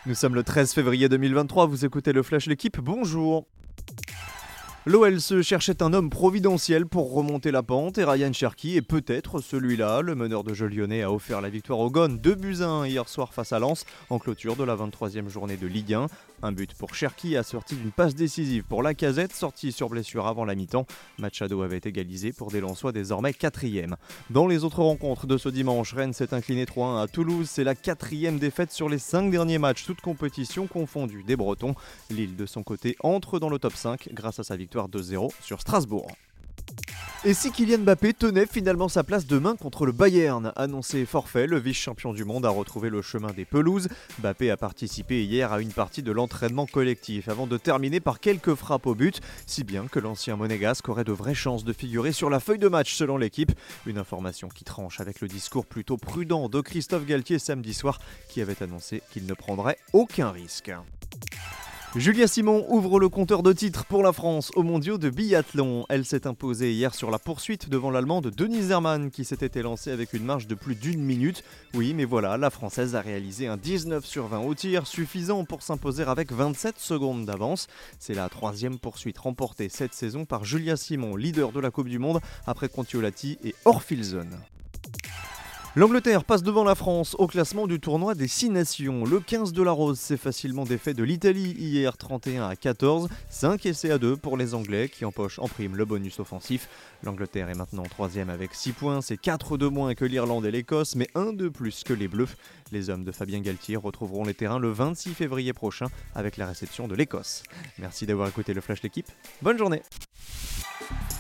Nous sommes le 13 février 2023, vous écoutez le Flash L'équipe, bonjour. L'OL se cherchait un homme providentiel pour remonter la pente et Ryan Cherki est peut-être celui-là. Le meneur de jeu lyonnais a offert la victoire aux Gones 2-1 hier soir face à Lens en clôture de la 23e journée de Ligue 1. Un but pour Cherki assorti d'une passe décisive pour Lacazette, sorti sur blessure avant la mi-temps. Machado avait égalisé pour des Lensois désormais 4e. Dans les autres rencontres de ce dimanche, Rennes s'est incliné 3-1 à Toulouse. C'est la 4e défaite sur les 5 derniers matchs, toutes compétitions confondues des Bretons. Lille de son côté entre dans le top 5 grâce à sa victoire 2-0 sur Strasbourg. Et si Kylian Mbappé tenait finalement sa place demain contre le Bayern, annoncé forfait, le vice-champion du monde a retrouvé le chemin des pelouses. Mbappé a participé hier à une partie de l'entraînement collectif avant de terminer par quelques frappes au but, si bien que l'ancien monégasque aurait de vraies chances de figurer sur la feuille de match selon l'équipe. Une information qui tranche avec le discours plutôt prudent de Christophe Galtier samedi soir qui avait annoncé qu'il ne prendrait aucun risque. Julia Simon ouvre le compteur de titres pour la France aux mondiaux de biathlon. Elle s'est imposée hier sur la poursuite devant l'Allemande Denise Herrmann qui s'était élancée avec une marge de plus d'1 minute. Oui, mais voilà, la Française a réalisé un 19/20 au tir, suffisant pour s'imposer avec 27 secondes d'avance. C'est la 3e poursuite remportée cette saison par Julia Simon, leader de la Coupe du Monde, après Kontiolahti et Orfilson. L'Angleterre passe devant la France au classement du tournoi des 6 nations. Le 15 de la Rose s'est facilement défait de l'Italie hier 31-14, 5 essais à 2 pour les Anglais qui empochent en prime le bonus offensif. L'Angleterre est maintenant 3e avec 6 points, c'est 4 de moins que l'Irlande et l'Écosse, mais 1 de plus que les Bleus. Les hommes de Fabien Galtier retrouveront les terrains le 26 février prochain avec la réception de l'Écosse. Merci d'avoir écouté le Flash L'équipe, bonne journée.